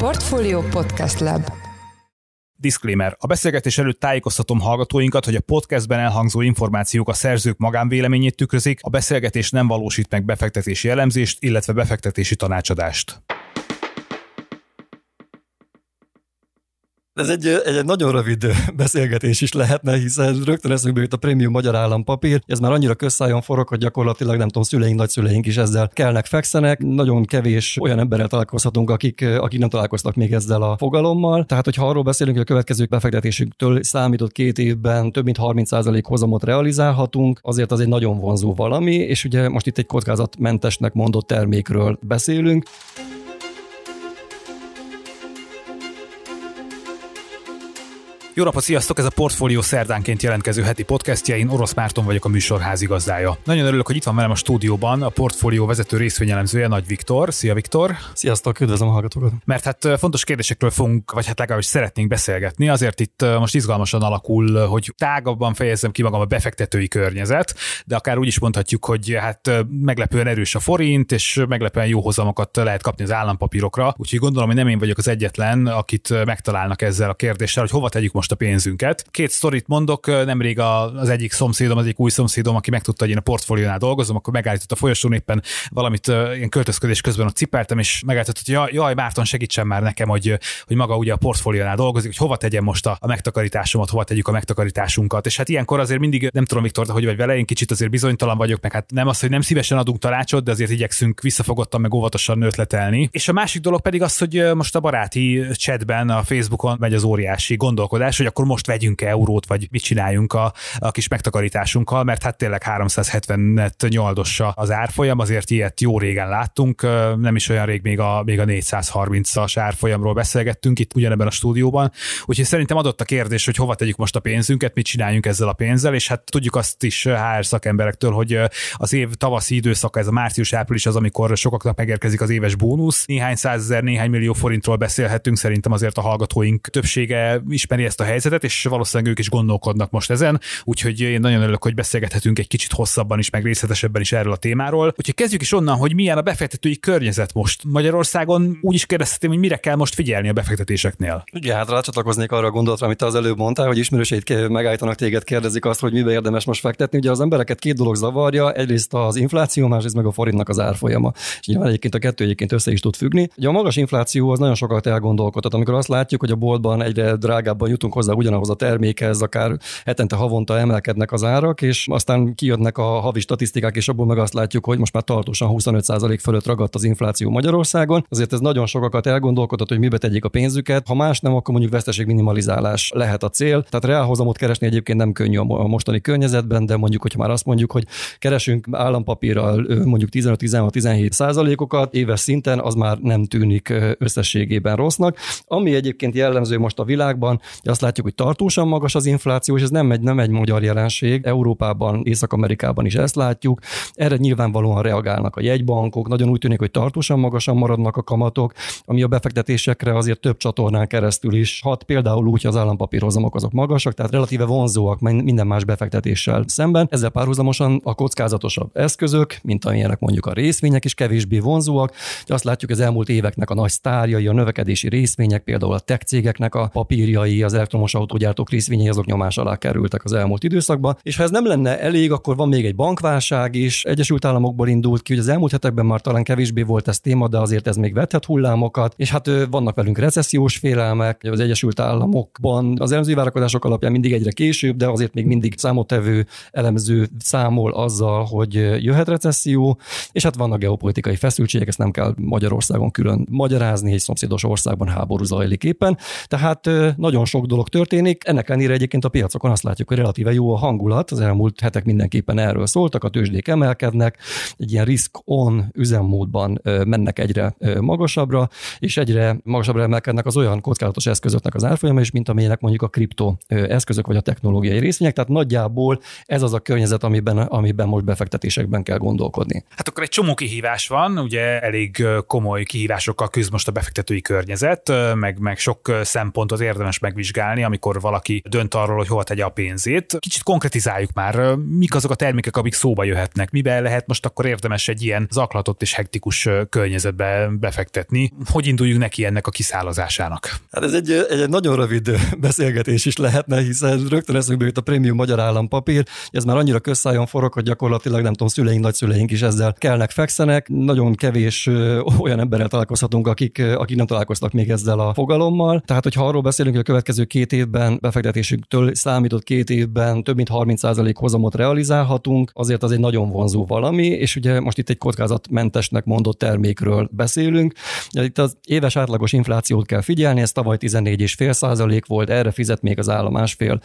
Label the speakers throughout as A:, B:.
A: Portfolio Podcast Lab.
B: Disclaimer. A beszélgetés előtt tájékoztatom hallgatóinkat, hogy a podcastben elhangzó információk a szerzők magánvéleményét tükrözik, a beszélgetés nem valósít meg befektetési elemzést, illetve befektetési tanácsadást.
C: Ez egy nagyon rövid beszélgetés is lehetne, hiszen rögtön eszünkbe jut a prémium magyar állampapír. Ez már annyira közszájon forog, hogy gyakorlatilag nem tudom, szüleink, nagyszüleink is ezzel kelnek, fekszenek. Nagyon kevés olyan emberrel találkozhatunk, akik nem találkoztak még ezzel a fogalommal. Tehát, hogyha arról beszélünk, hogy a következő befektetésünktől számított 2 évben több mint 30% hozamot realizálhatunk, azért az egy nagyon vonzó valami, és ugye most itt egy kockázatmentesnek mondott termékről beszélünk.
B: Jó napot, sziasztok! Ez a Portfolio szerdánként jelentkező heti podcastja, én Orosz Márton vagyok, a műsor házigazdája. Nagyon örülök, hogy itt van velem a stúdióban a Portfolio vezető részvényelemzője, Nagy Viktor. Szia, Viktor!
C: Sziasztok, üdvözlöm a hallgatókat!
B: Mert hát fontos kérdésekről fogunk, vagy hát legalábbis szeretnénk beszélgetni, azért itt most izgalmasan alakul, hogy tágabban fejezzem ki magam a befektetői környezet, de akár úgy is mondhatjuk, hogy hát meglepően erős a forint, és meglepően jó hozamokat lehet kapni az állampapírokra, úgyhogy gondolom, hogy nem én vagyok az egyetlen, akit megtalálnak ezzel a kérdéssel, hogy hova tegyük most a pénzünket. 2 sztorit mondok, nemrég az egyik új szomszédom, aki megtudta, hogy én a Portfóliónál dolgozom, akkor megállított a folyosón, éppen valamit ilyen költözködés közben ott cipeltem, és megállított, hogy jaj, Márton, segítsen már nekem, hogy maga ugye a Portfóliónál dolgozik, hogy hova tegyem most a megtakarításomat, hova tegyük a megtakarításunkat. És hát ilyenkor azért mindig, nem tudom, Viktor, hogy vagy vele, én kicsit azért bizonytalan vagyok, meg hát nem az, hogy nem szívesen adunk tanácsot, de azért igyekszünk visszafogottan, meg óvatosan ötletelni. És a másik dolog pedig az, hogy most a baráti chatben, a Facebookon megy az óriási gondolkodás, hogy akkor most vegyünk eurót, vagy mit csináljunk a kis megtakarításunkkal, mert hát tényleg 370-et nyoldossa az árfolyam, azért ilyet jó régen láttunk, nem is olyan rég még a 430-as árfolyamról beszélgettünk itt ugyanebben a stúdióban, úgyhogy szerintem adott a kérdés, hogy hova tegyük most a pénzünket, mit csináljunk ezzel a pénzzel, és hát tudjuk azt is HR szakemberektől, hogy az év tavaszi időszaka, ez a március-április az, amikor sokaknak megérkezik az éves bónusz. Néhány százezer, néhány millió forintról beszélhetünk, szerintem azért a hallgatóink többsége ismeri ezt a helyzetet, és valószínűleg ők is gondolkodnak most ezen, úgyhogy én nagyon örülök, hogy beszélgethetünk egy kicsit hosszabban is, meg részletesebben is erről a témáról. Úgyhogy kezdjük is onnan, hogy milyen a befektetői környezet most Magyarországon. Úgy is kérdeztem, hogy mire kell most figyelni a befektetéseknél.
C: Igen, hát rácsatlakoznék arra a gondolatra, amit az előbb mondtál, hogy ismerőseid megállítanak téged, kérdezik azt, hogy mibe érdemes most fektetni. Ugye az embereket 2 dolog zavarja, egyrészt az infláció, másrészt meg a forintnak az árfolyama. És nyilván egyébként a kettő össze is tud függni. Ugye a magas infláció az nagyon sokat elgondolkodtat, amikor azt látjuk, hogy a boltban egyre drágábban jutunk hozzá ugyanahoz a termékhez, akár hetente, havonta emelkednek az árak, és aztán kijönnek a havi statisztikák, és abból meg azt látjuk, hogy most már tartósan 25% fölött ragadt az infláció Magyarországon. Azért ez nagyon sokakat elgondolkodtat, hogy mibe tegyék a pénzüket. Ha más nem, akkor mondjuk veszteségminimalizálás lehet a cél. Tehát reálhozamot keresni egyébként nem könnyű a mostani környezetben, de mondjuk, hogyha már azt mondjuk, hogy keresünk állampapírral mondjuk 15-16-17%-okat éves szinten, az már nem tűnik összességében rossznak. Ami egyébként jellemző most a világban, azt látjuk, hogy tartósan magas az infláció, és ez nem egy magyar jelenség. Európában, Észak-Amerikában is ezt látjuk. Erre nyilvánvalóan reagálnak a jegybankok, nagyon úgy tűnik, hogy tartósan magasan maradnak a kamatok, ami a befektetésekre azért több csatornán keresztül is hat, például úgy, hogy az állampapírhozamok azok magasak, tehát relatíve vonzóak minden más befektetéssel szemben. Ezzel párhuzamosan a kockázatosabb eszközök, mint amilyenek mondjuk a részvények is kevésbé vonzóak. Azt látjuk, az elmúlt éveknek a nagy sztárjai, a növekedési részvények, például a tech cégeknek a papírjai, az elektromos autógyártók részvényei azok nyomás alá kerültek az elmúlt időszakban. És ha ez nem lenne elég, akkor van még egy bankválság is. Egyesült Államokból indult ki, hogy az elmúlt hetekben már talán kevésbé volt ez téma, de azért ez még vethet hullámokat. És hát vannak velünk recessziós félelmek. Az Egyesült Államokban az elemzői várakozások alapján mindig egyre később, de azért még mindig számottevő elemző számol azzal, hogy jöhet recesszió, és hát vannak geopolitikai feszültségek, ezt nem kell Magyarországon külön magyarázni, egy szomszédos országban háború zajlik éppen. Tehát nagyon sok dolog történik. Ennek ellenére egyébként a piacokon azt látjuk, hogy relatíve jó a hangulat. Az elmúlt hetek mindenképpen erről szóltak, a tőzsdék emelkednek, egy ilyen risk-on üzemmódban mennek egyre magasabbra, és egyre magasabbra emelkednek az olyan kockázatos eszközöknek az árfolyama is, mint amilyenek mondjuk a kripto eszközök vagy a technológiai részvények. Tehát nagyjából ez az a környezet, amiben most befektetésekben kell gondolkodni.
B: Hát akkor egy csomó kihívás van, ugye elég komoly kihívásokkal küzd most a befektetői környezet, meg sok szempontot érdemes megvizsgálni. vizsgálni, amikor valaki dönt arról, hogy hova tegye a pénzét. Kicsit konkretizáljuk már, mik azok a termékek, amik szóba jöhetnek. Miben lehet most akkor érdemes egy ilyen zaklatott és hektikus környezetbe befektetni? Hogy induljunk neki ennek a kiszállazásának?
C: Hát ez egy nagyon rövid beszélgetés is lehetne, hiszen rögtön eszünkbe jut a prémium magyar állampapír. Ez már annyira közszájon forog, hogy gyakorlatilag nem tudom, szüleink, nagyszüleink is ezzel kelnek, fekszenek. Nagyon kevés olyan emberrel találkozhatunk, akik nem találkoztak még ezzel a fogalommal. Tehát, hogyha arról beszélünk, hogy a következő 2 évben befektetésünktől számított 2 évben több mint 30% hozamot realizálhatunk, azért az egy nagyon vonzó valami, és ugye most itt egy kockázatmentesnek mondott termékről beszélünk. Itt az éves átlagos inflációt kell figyelni, ez tavaly 14,5% volt, erre fizet még az állam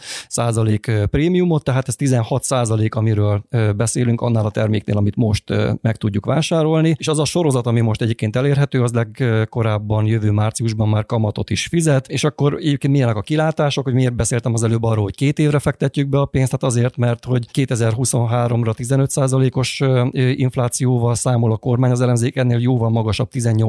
C: 1,5% prémiumot, tehát ez 16%, amiről beszélünk, annál a terméknél, amit most meg tudjuk vásárolni, és az a sorozat, ami most egyébként elérhető, az legkorábban jövő márciusban már kamatot is fizet, és akkor egyébként milyenek a kilátások, hogy miért beszéltem az előbb arról, hogy 2 évre fektetjük be a pénzt, hát azért, mert hogy 2023-ra 15%-os inflációval számol a kormány, az elemzék ennél jóval magasabb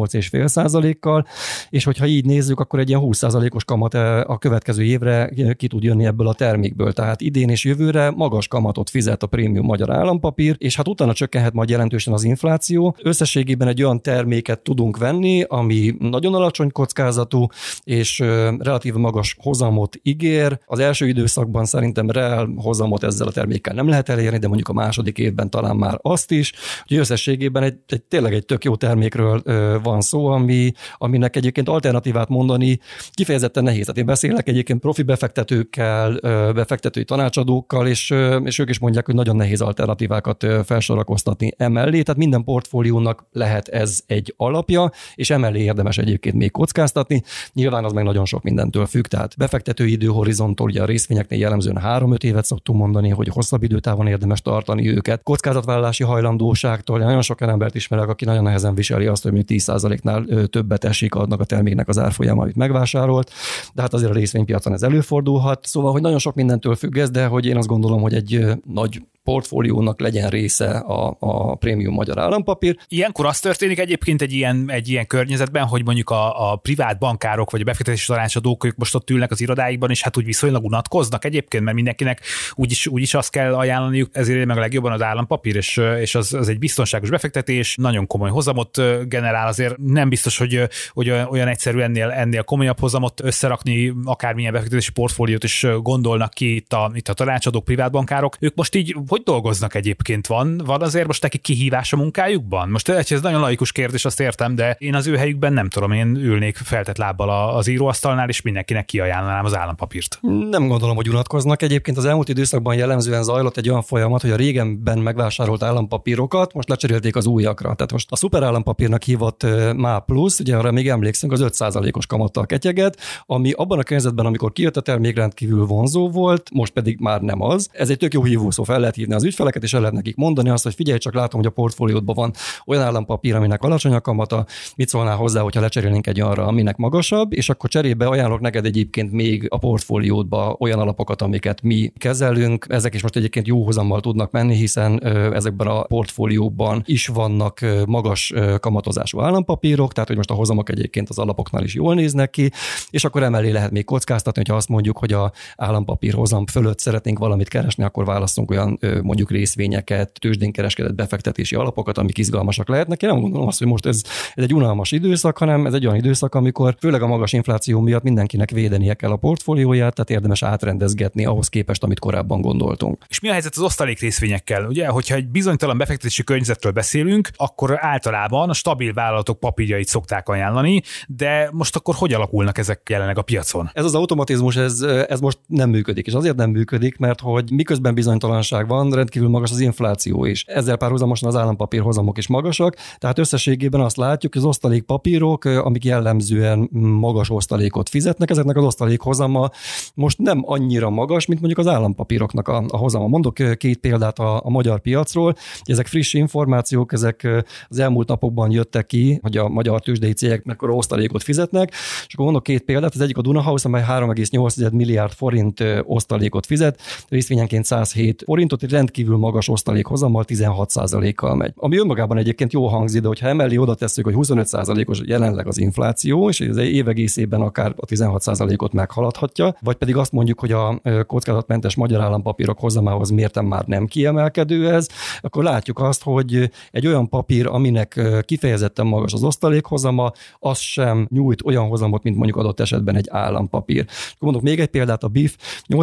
C: 18,5%-kal, és hogyha így nézzük, akkor egy ilyen 20%-os kamat a következő évre ki tud jönni ebből a termékből. Tehát idén és jövőre magas kamatot fizet a prémium magyar állampapír, és hát utána csökkenhet majd jelentősen az infláció. Összességében egy olyan terméket tudunk venni, ami nagyon alacsony kockázatú, és relatív magas hozamot ígér. Az első időszakban szerintem reál hozamot ezzel a termékkel nem lehet elérni, de mondjuk a második évben talán már azt is. Úgyhogy összességében tényleg egy tök jó termékről van szó, aminek egyébként alternatívát mondani kifejezetten nehéz. Hát én beszélek egyébként profi befektetőkkel, befektetői tanácsadókkal, és ők is mondják, hogy nagyon nehéz alternatívákat felsorakoztatni emellé. Tehát minden portfóliónak lehet ez egy alapja, és emellé érdemes egyébként még kockáztatni. Nyilván az meg nagyon sok mindentől függ, tehát befektetői időhorizonttól, ugye a részvényeknél jellemzően 3-5 évet szoktunk mondani, hogy hosszabb időtávon érdemes tartani őket. Kockázatvállalási hajlandóságtól, nagyon sok embert ismerek, aki nagyon nehezen viseli azt, hogy 10%-nál többet esik annak a terméknek az árfolyama, amit megvásárolt, de hát azért a részvénypiacon ez előfordulhat. Szóval, hogy nagyon sok mindentől függ ez, de hogy én azt gondolom, hogy egy nagy portfóliónak legyen része a prémium magyar állampapír.
B: Ilyenkor az történik egyébként egy ilyen környezetben, hogy mondjuk a privát bankárok vagy a befektetési tanácsadók, ők most ott ülnek az irodáikban, és hát úgy viszonylag unatkoznak egyébként, mert mindenkinek úgyis azt kell ajánlaniuk, ezért meg a legjobban az állampapír, és az egy biztonságos befektetés, nagyon komoly hozamot generál, azért nem biztos, hogy olyan egyszerű ennél komolyabb hozamot összerakni, akármilyen befektetési portfóliót is gondolnak ki itt a tanácsadók, privát bankárok. Ők most így hogy dolgoznak egyébként? Van azért most neki kihívás a munkájukban? Most ez nagyon laikus kérdés, azt értem, de én az ő helyükben nem tudom, én ülnék feltett lábbal az íróasztalnál, és mindenkinek kiajánlanám az állampapírt.
C: Nem gondolom, hogy unatkoznak. Egyébként az elmúlt időszakban jellemzően zajlott egy olyan folyamat, hogy a régenben megvásárolt állampapírokat most lecserélték az újakra. Tehát most a szuper állampapírnak hívott MÁ Plus, ugye arra még emlékszünk, az 5%-os kamattal ketyeget, ami abban a környezetben, amikor kijött a termék, rendkívül vonzó volt, most pedig már nem az. Ez egy tök jó hívószó, fel lehet hívni az ügyfeleket, és el lehet nekik mondani azt, hogy figyelj, csak látom, hogy a portfóliódban van olyan állampapír, aminek alacsony a kamata, mit szólnál hozzá, hogyha lecserélnénk egy arra, aminek magasabb, és akkor cserébe ajánlok neked egyébként még a portfóliódba olyan alapokat, amiket mi kezelünk. Ezek is most egyébként jó hozammal tudnak menni, hiszen ezekben a portfólióban is vannak magas kamatozású állampapírok, tehát hogy most a hozamok egyébként az alapoknál is jól néznek ki, és akkor emellé lehet még kockáztatni, hogyha azt mondjuk, hogy a állampapír hozam fölött szeretnénk valamit keresni, akkor választunk olyan mondjuk részvényeket, tőzsdén kereskedett befektetési alapokat, amik izgalmasak lehetnek. Én nem gondolom azt, hogy most ez egy unalmas időszak, hanem ez egy olyan időszak, amikor főleg a magas infláció miatt mindenkinek védenie kell a portfólióját, tehát érdemes átrendezgetni ahhoz képest, amit korábban gondoltunk.
B: És mi a helyzet az osztalék részvényekkel? Ugye, hogyha egy bizonytalan befektetési környezetről beszélünk, akkor általában a stabil vállalatok papírjait szokták ajánlani, de most akkor hogy alakulnak ezek jelenleg a piacon?
C: Ez az automatizmus, ez most nem működik, és azért nem működik, mert hogy miközben bizonytalanság van, rendkívül magas az infláció is. Ezzel párhuzamosan az állampapír hozamok is magasak, tehát összességében azt látjuk, hogy az osztalékpapírok, amik jellemzően magas osztalékot fizetnek, ezeknek az osztalék hozama most nem annyira magas, mint mondjuk az állampapíroknak a hozama. Mondok 2 példát a magyar piacról, ezek friss információk, ezek az elmúlt napokban jöttek ki, hogy a magyar tőzsdei cégek mekkora osztalékot fizetnek, és akkor mondok 2 példát, az egyik a Dunahouse, amely 3,8 milliárd forint osztalékot fizet, részvényenként 107 forintot, rendkívül magas osztalékhozammal 16%-kal megy. Ami önmagában egyébként jó hangzik, de hogyha emellé oda tesszük, hogy 25%-os jelenleg az infláció, és az év egészében akár a 16%-ot meghaladhatja, vagy pedig azt mondjuk, hogy a kockázatmentes magyar állampapírok hozamához mérten már nem kiemelkedő ez, akkor látjuk azt, hogy egy olyan papír, aminek kifejezetten magas az osztalékhozama, az sem nyújt olyan hozamot, mint mondjuk adott esetben egy állampapír. Mondok még egy példát, a BIF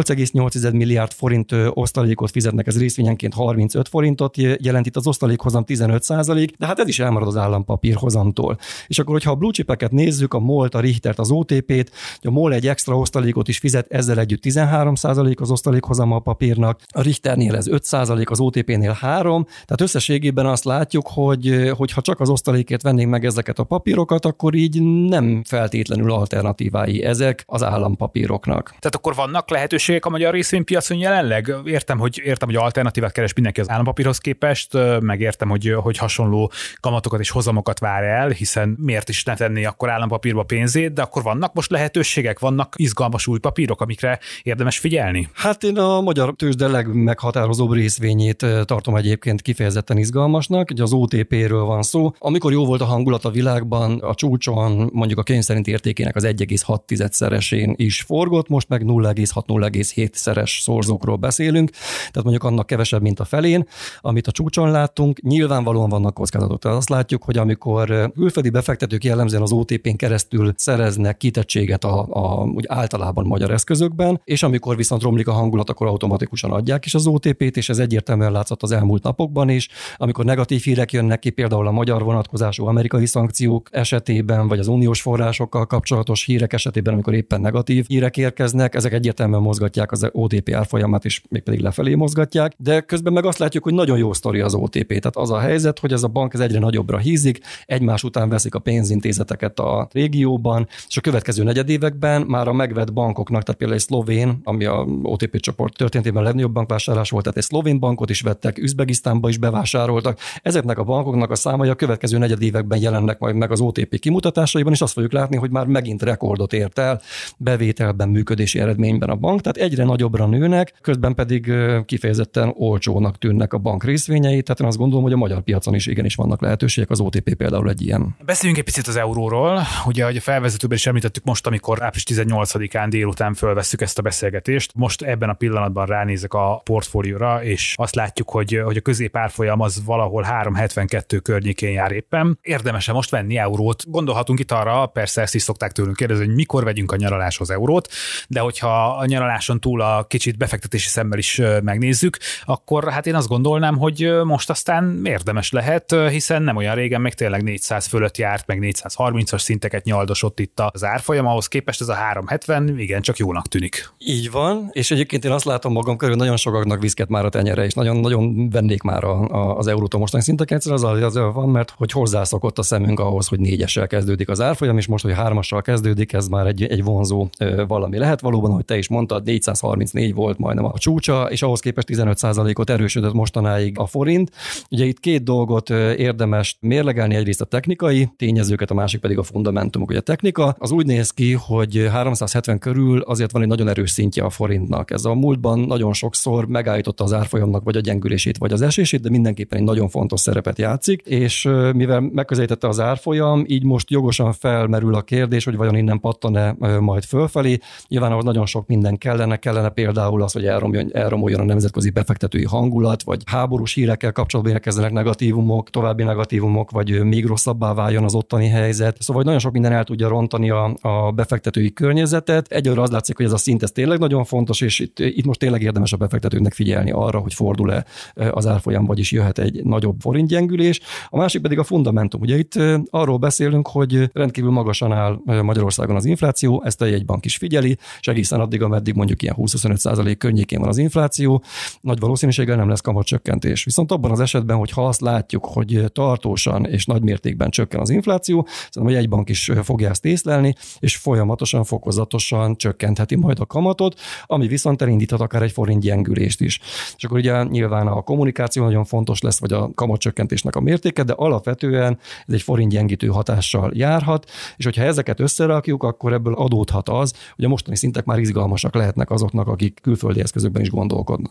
C: 8,8 milliárd forint osztalékot fizetnek, ez részvényenként 35 forintot jelent, itt az osztalékhozam 15%, de hát ez is elmarad az állampapír hozamtól. És akkor, hogyha a blue chipeket nézzük, a MOL-t, a Richtert, az OTP-t, a MOL egy extra osztalékot is fizet, ezzel együtt 13% az osztalékhozama a papírnak, a Richternél ez 5%, az OTP-nél 3%, tehát összességében azt látjuk, hogy ha csak az osztalékért vennénk meg ezeket a papírokat, akkor így nem feltétlenül alternatívái ezek az állampapíroknak.
B: Tehát akkor vannak lehetőségek a magyar részvénypiacon jelenleg? Értem, hogy alternatívát keres mindenki az állampapírhoz képest, meg értem, hogy hasonló kamatokat és hozamokat vár el, hiszen miért is ne tenni akkor állampapírba pénzét, de akkor vannak most lehetőségek, vannak izgalmas új papírok, amikre érdemes figyelni?
C: Hát én a magyar tőzsde legmeghatározóbb részvényét tartom egyébként kifejezetten izgalmasnak, ugye az OTP-ről van szó. Amikor jó volt a hangulat a világban, a csúcson mondjuk a könyv szerinti értékének az 1,6-szeresén is forgott, most meg 0,6-0,7-szeres szorzókról beszélünk, tehát mondjuk annak kevesebb, mint a felén, amit a csúcson láttunk. Nyilvánvalóan vannak kockázatok. Tehát azt látjuk, hogy amikor külföldi befektetők jellemzően az OTP-n keresztül szereznek kitettséget úgy általában magyar eszközökben, és amikor viszont romlik a hangulat, akkor automatikusan adják is az OTP-t, és ez egyértelműen látszott az elmúlt napokban is, amikor negatív hírek jönnek ki, például a magyar vonatkozású amerikai szankciók esetében, vagy az uniós forrásokkal kapcsolatos hírek esetében, amikor éppen negatív hírek érkeznek, ezek egyértelműen mozgatják az OTP árfolyamát, és mégpedig lefelé mozgatják, de közben meg azt látjuk, hogy nagyon jó sztori az OTP. Tehát az a helyzet, hogy ez a bank ez egyre nagyobbra hízik, egymás után veszik a pénzintézeteket a régióban, és a következő negyedévekben már a megvett bankoknak, tehát például egy szlovén, ami a OTP csoport történetében a legnagyobb bankvásárlás volt, tehát egy szlovén bankot is vettek, Üzbegisztánba is bevásároltak. Ezeknek a bankoknak a számai a következő negyedévekben jelennek majd meg az OTP kimutatásaiban, és azt fogjuk látni, hogy már megint rekordot ért el bevételben, működési eredményben a bank, tehát egyre nagyobbra nőnek, közben pedig kifejezetten olcsónak tűnnek a bank részvényei, tehát én azt gondolom, hogy a magyar piacon is igenis vannak lehetőségek, az OTP például egy ilyen.
B: Beszéljünk egy picit az euróról. Ugye, hogy a felvezetőben is említettük most, amikor április 18-án délután fölvesszük ezt a beszélgetést. Most ebben a pillanatban ránézek a portfólióra, és azt látjuk, hogy a középárfolyam az valahol 3,72 környékén jár éppen. Érdemes-e most venni eurót? Gondolhatunk itt arra, persze ezt is szokták tőlünk kérdezni, hogy mikor vegyünk a nyaraláshoz eurót, de hogyha a nyaraláson túl a kicsit befektetési szemmel is megnézzük, akkor hát én azt gondolnám, hogy most aztán érdemes lehet, hiszen nem olyan régen még tényleg 400 fölött járt, meg 430-as szinteket nyaldosott itt az árfolyam, ahhoz képest ez a 3,70 igen, csak jónak tűnik.
C: Így van, és egyébként én azt látom magam körül, nagyon sokaknak viszket már a tenyere, és nagyon vennék már az eurótól mostani szinteken. Egyszerűen az van, mert hogy hozzászokott a szemünk ahhoz, hogy 4-essel kezdődik az árfolyam, és most, hogy 3-assal kezdődik, ez már egy vonzó valami lehet. Valóban, hogy te is mondtad, 434 volt majdnem a csúcsa, és ahhoz képest 15%-ot erősödött mostanáig a forint. Ugye itt két dolgot érdemes mérlegelni, egyrészt a technikai tényezőket, a másik pedig a fundamentumok. Ugye a technika az úgy néz ki, hogy 370 körül azért van egy nagyon erős szintje a forintnak. Ez a múltban nagyon sokszor megállította az árfolyamnak vagy a gyengülését, vagy az esését, de mindenképpen egy nagyon fontos szerepet játszik, és mivel megközelítette az árfolyam, így most jogosan felmerül a kérdés, hogy vajon innen pattan-e majd fölfelé. Nyilván ahhoz nagyon sok minden kellene például az, hogy elromoljon a nemzetközi befektetői hangulat, vagy háborús hírekkel kapcsolatban érkezzenek negatívumok, további negatívumok, vagy még rosszabbá váljon az ottani helyzet. Szóval nagyon sok minden el tudja rontani a befektetői környezetet. Egyelőre az látszik, hogy ez a szint ez tényleg nagyon fontos, és itt most tényleg érdemes a befektetőknek figyelni arra, hogy fordul-e az árfolyam, vagyis jöhet egy nagyobb forintgyengülés. A másik pedig a fundamentum. Ugye itt arról beszélünk, hogy rendkívül magasan áll Magyarországon az infláció, ezt a jegybank is figyeli, és egészen addig, ameddig mondjuk ilyen 20-25% környékén van az infláció, nagy valószínűséggel nem lesz kamatcsökkentés. Viszont abban az esetben, hogy ha azt látjuk, hogy tartósan és nagy mértékben csökken az infláció, szerintem a jegybank is fogja ezt észlelni, és folyamatosan, fokozatosan csökkentheti majd a kamatot, ami viszont elindíthat akár egy forint gyengülést is. És akkor ugye nyilván a kommunikáció nagyon fontos lesz, vagy a kamatcsökkentésnek a mértéke, de alapvetően ez egy forint gyengítő hatással járhat, és hogyha ezeket összerakjuk, akkor ebből adódhat az, hogy a mostani szintek már izgalmasak lehetnek azoknak, akik külföldi eszközökben is gondolkodnak.
B: És ha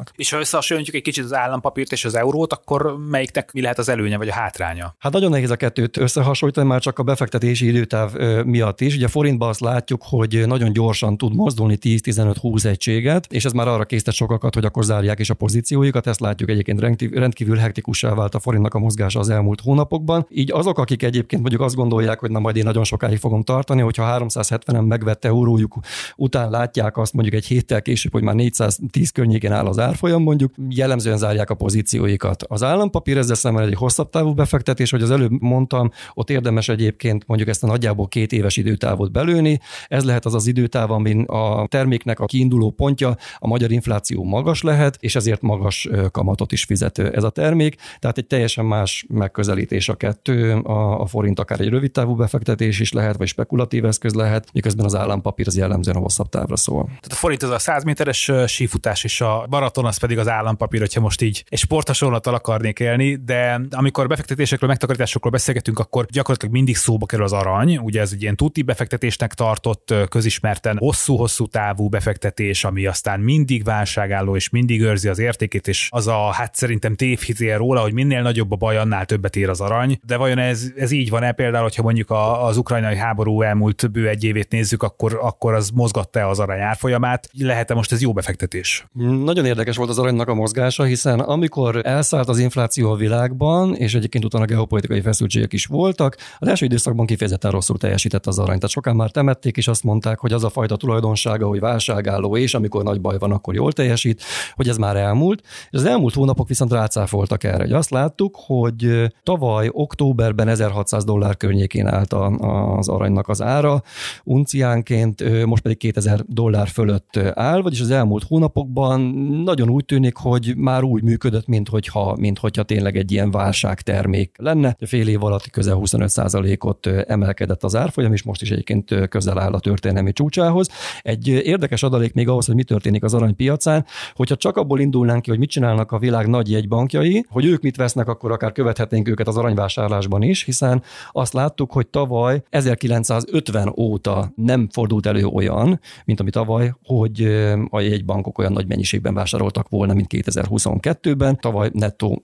B: összehasonlítjuk egy kicsit az állampapírt és az eurót, akkor melyiknek mi lehet az előnye vagy a hátránya?
C: Hát nagyon nehéz a kettőt összehasonlítani, már csak a befektetési időtáv miatt is. Ugye forintban azt látjuk, hogy nagyon gyorsan tud mozdulni 10-15-20 egységet, és ez már arra késztet sokakat, hogy akkor zárják is a pozícióikat. Ezt látjuk egyébként rendkívül hektikussá vált a forintnak a mozgása az elmúlt hónapokban. Így azok, akik egyébként mondjuk azt gondolják, hogy na majd én nagyon sokáig fogom tartani, hogyha 370-en megvett eurójuk után látják azt mondjuk egy héttel később, hogy már 410 környékén áll az árfolyam, mondjuk jellemzően zárják a pozícióikat. Az állampapír ezzel szemben egy hosszabb távú befektetés, hogy az előbb mondtam, ott érdemes egyébként mondjuk ezt a nagyjából 2 éves időtávot belőni. Ez lehet az az időtáv, amin a terméknek a kiinduló pontja, a magyar infláció magas lehet, és ezért magas kamatot is fizet ez a termék. Tehát egy teljesen más megközelítés a kettő. A forint akár egy rövid távú befektetés is lehet, vagy spekulatív eszköz lehet, miközben az állampapír az jellemzően a hosszabb távra szól.
B: Tehát a forint az a 100 méteres sífutás, és a maraton az pedig az állampapír, hogyha most így egy sporthasonlattal akarnék élni, de amikor befektetésekről, megtakarításokról beszélgetünk, akkor gyakorlatilag mindig szóba kerül az arany. Ugye ez egy ilyen tuti befektetésnek tartott, közismerten hosszú távú befektetés, ami aztán mindig válságálló és mindig őrzi az értékét, és az a hát szerintem tévhitél róla, hogy minél nagyobb a baj, annál többet ér az arany. De vajon ez így van-e például, hogyha mondjuk az ukrajnai háború elmúlt bő egy évét nézzük, akkor az mozgatta az arany árfolyamát? Lehet-e most ez jó befektetés?
C: Nagyon érdekes volt az aranynak a mozgása, hiszen amikor elszállt az infláció a világban, és egyébként utána geopolitikai feszültségek is voltak, az első időszakban kifejezetten rosszul teljesített az arany. Tehát sokan már temették, és azt mondták, hogy az a fajta tulajdonsága, hogy válságálló, és amikor nagy baj van, akkor jól teljesít, hogy ez már elmúlt. És az elmúlt hónapok viszont rácáfoltak erre. Hogy azt láttuk, hogy tavaly októberben $1600 környékén állt az aranynak az ára, unciánként, most pedig $2000 fölött áll, vagyis az elmúlt hónapokban nagyon úgy tűnik, hogy már úgy működött, minthogyha tényleg egy ilyen válságtermék lenne. Fél év alatt közel 25%-ot emelkedett az árfolyam, és most is egyébként közel áll a történelmi csúcsához. Egy érdekes adalék még ahhoz, hogy mi történik az aranypiacán, hogyha csak abból indulnánk ki, hogy mit csinálnak a világ nagy jegybankjai, hogy ők mit vesznek, akkor akár követhetnénk őket az aranyvásárlásban is, hiszen azt láttuk, hogy tavaly 1950 óta nem fordult elő olyan, mint ami tavaly, hogy a jegybankok olyan nagy mennyiségben vásároltak volna, mint 2022-ben. Tavaly nettó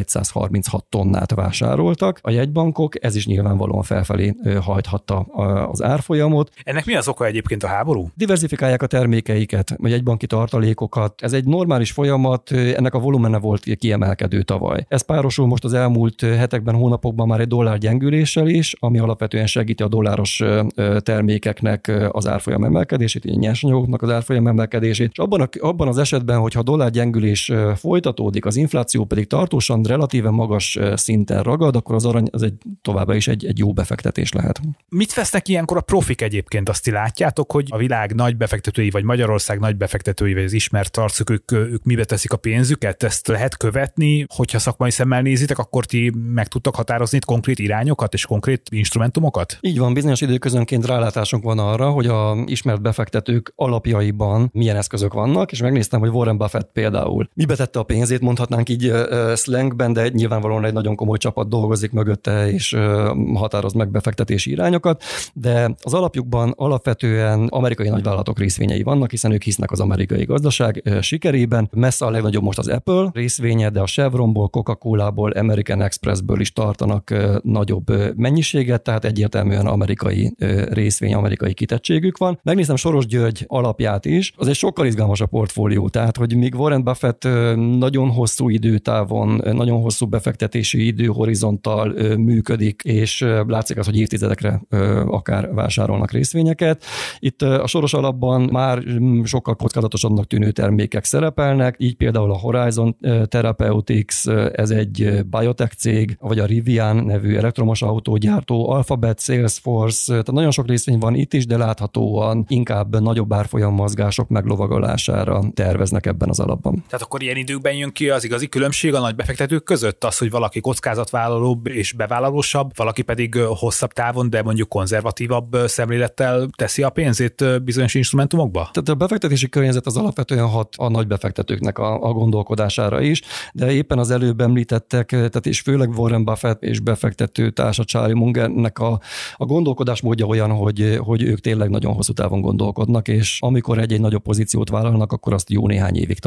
C: 1136 tonnát vásároltak a jegybankok, ez is nyilvánvalóan felfelé hajthatta az árfolyamot.
B: Ennek mi az oka egyébként a háború?
C: Diversifikálják a termékeiket, vagy jegybanki tartalékokat. Ez egy normális folyamat, ennek a volumene volt kiemelkedő tavaly. Ez párosul most az elmúlt hetekben, hónapokban már egy dollár gyengüléssel is, ami alapvetően segíti a dolláros termékeknek az árfolyam emelkedését, a nyersanyagoknak az árfolyam emelkedését. És abban az esetben, hogyha a dollár gyengülés folytatódik, az infláció pedig tartósan relatíven magas szinten ragad, akkor az arany az továbbá is egy jó befektetés lehet.
B: Mit vesznek ilyenkor a profik egyébként? Azt ti látjátok, hogy a világ nagy befektetői, vagy Magyarország nagy befektetői, vagy az ismert arcok, ők mibe teszik a pénzüket? Ezt lehet követni? Hogyha szakmai szemmel nézitek, akkor ti meg tudtok határozni itt konkrét irányokat és konkrét instrumentumokat?
C: Így van, bizonyos időközönként rálátásunk van arra, hogy a ismert befektetők alapjaiban milyen eszközök vannak, és megnéztem, hogy Warren Buffett például mibe tette a pénzét, mondhatnánk így slangben, de nyilvánvalóan egy nagyon komoly csapat dolgozik mögötte, és határoz meg befektetési irányokat, de az alapjukban alapvetően amerikai nagyvállalatok részvényei vannak, hiszen ők hisznek az amerikai gazdaság sikerében. Messze a legnagyobb most az Apple részvénye, de a Chevronból, Coca-Colából, American Expressből is tartanak nagyobb mennyiséget, tehát egyértelműen amerikai részvény, amerikai kitettségük van. Megnéztem Soros György alapját is, az egy sokkal izgalmasabb portfólió, tehát hogy míg Warren Buffett nagyon hosszú időtávon, nagyon hosszú befektetési időhorizonttal működik, és látszik az, hogy évtizedekre akár vásárolnak részvényeket. Itt a Soros alapban már sokkal kockázatosabbnak tűnő termékek szerepelnek, így például a Horizon Therapeutics, ez egy biotech cég, vagy a Rivian nevű elektromos autógyártó, Alphabet, Salesforce, tehát nagyon sok részvény van itt is, de láthatóan inkább nagyobb árfolyam mozgások meglovagolására terveznek ebben az alapban.
B: Tehát akkor ilyen időkben jön ki az igazi különbség a nagy befektetők között? Az, hogy valaki kockázatvállalóbb és bevállalósabb, valaki pedig hosszabb távon, de mondjuk konzervatívabb szemlélettel teszi a pénzét bizonyos instrumentumokba?
C: Tehát a befektetési környezet az alapvetően hat a nagy befektetőknek a gondolkodására is, de éppen az előbb említettek, tehát és főleg Warren Buffett és befektető társa Charlie Mungernek a gondolkodásmódja olyan, hogy ők tényleg nagyon hosszú távon gondolkodnak, és amikor egy nagyobb pozíciót vállalnak, akkor azt jó néhány évig tartják.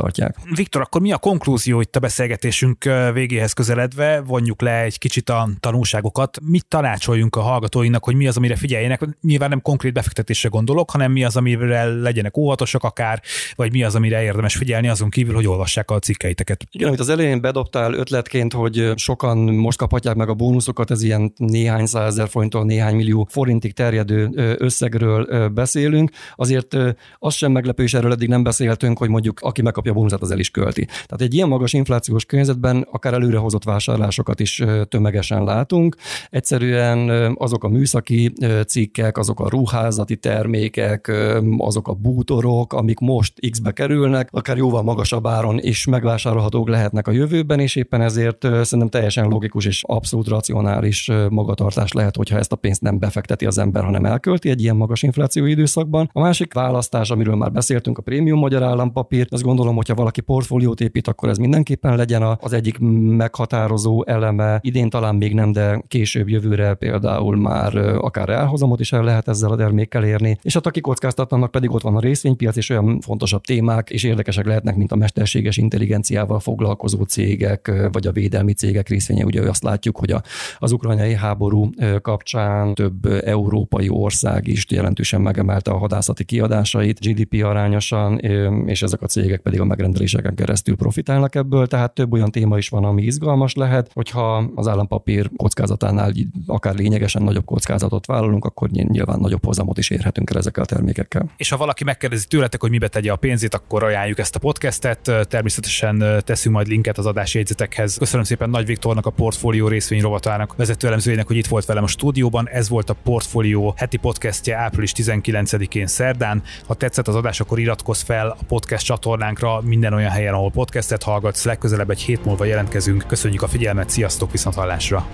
B: Viktor, akkor mi a konklúzió itt a beszélgetésünk végéhez közeledve? Vonjuk le egy kicsit a tanulságokat. Mit tanácsoljunk a hallgatóinknak, hogy mi az, amire figyeljenek? Nyilván nem konkrét befektetésre gondolok, hanem mi az, amire legyenek óvatosak akár, vagy mi az, amire érdemes figyelni, azon kívül, hogy olvassák a cikkeiteket.
C: Igen, amit az elején bedobtál ötletként, hogy sokan most kaphatják meg a bónuszokat, ez ilyen néhány százezer forinttól néhány millió forintig terjedő összegről beszélünk. Azért az sem meglepő, és erről eddig nem beszéltünk, hogy mondjuk aki megkapja a bónuszát, az el is költi. Tehát egy ilyen magas inflációs környezetben akár előrehozott vásárlásokat is tömegesen látunk. Egyszerűen azok a műszaki cikkek, azok a ruházati termékek, azok a bútorok, amik most X-be kerülnek, akár jóval magasabb áron is megvásárolhatók lehetnek a jövőben, és éppen ezért szerintem teljesen logikus és abszolút racionális magatartás lehet, hogyha ezt a pénzt nem befekteti az ember, hanem elkölti egy ilyen magas infláció időszakban. A másik választás, amiről már beszéltünk, a prémium magyar állampapír. Azt gondolom, hogyha valaki portfóliót épít, akkor ez mindenképpen legyen az egyik meghatározó eleme. Idén talán még nem, de később jövőre például már akár elhozamot is el lehet ezzel a termékkel érni. És hát akik kockáztatnak, pedig ott van a részvénypiac, és olyan fontosabb témák és érdekesek lehetnek, mint a mesterséges intelligenciával foglalkozó cégek, vagy a védelmi cégek részvénye. Ugye azt látjuk, hogy az ukrajnai háború kapcsán több európai ország is jelentősen megemelte a hadászati kiadásait GDP arányosan, és ezek a cégek pedig a megrendeléseken keresztül profitálnak ebből, tehát több olyan téma is van, ami izgalmas lehet, hogyha az állampapír kockázatánál akár lényegesen nagyobb kockázatot vállalunk, akkor nyilván nagyobb hozamot is érhetünk el ezekkel a termékekkel.
B: És ha valaki megkérdezi tőletek, hogy mibe tegye a pénzét, akkor ajánljuk ezt a podcastet. Természetesen teszünk majd linket az adásjegyzetekhez. Köszönöm szépen Nagy Viktornak, a Portfólió részvény rovatának vezető elemzőjének, hogy itt volt velem a stúdióban. Ez volt a Portfólió heti podcastje április 19-én szerdán. Ha tetszett az adás, akkor iratkozz fel a podcast csatornánkra minden olyan helyen, ahol podcastet hallgatsz. Legközelebb egy hét múlva jelentkezünk. Köszönjük a figyelmet, sziasztok, viszonthallásra!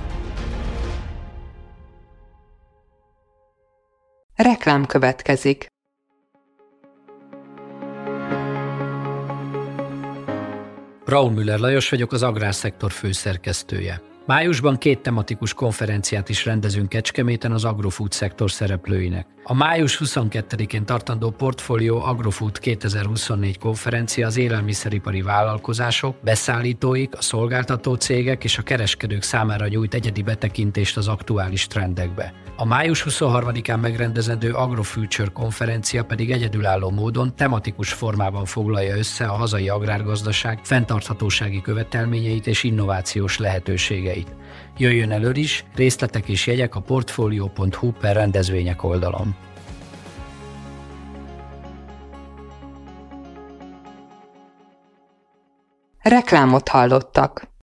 A: Reklám következik.
D: Braun Müller Lajos vagyok, az Agrárszektor főszerkesztője. Májusban 2 tematikus konferenciát is rendezünk Kecskeméten az agrofood szektor szereplőinek. A május 22-én tartandó Portfolio Agrofood 2024 konferencia az élelmiszeripari vállalkozások, beszállítóik, a szolgáltató cégek és a kereskedők számára nyújt egyedi betekintést az aktuális trendekbe. A május 23-án megrendezendő AgroFuture konferencia pedig egyedülálló módon tematikus formában foglalja össze a hazai agrárgazdaság fenntarthatósági követelményeit és innovációs lehetőségeit. Jöjjön elő is, részletek és jegyek a portfolio.hu/rendezvények oldalon.
A: Reklámot hallottak.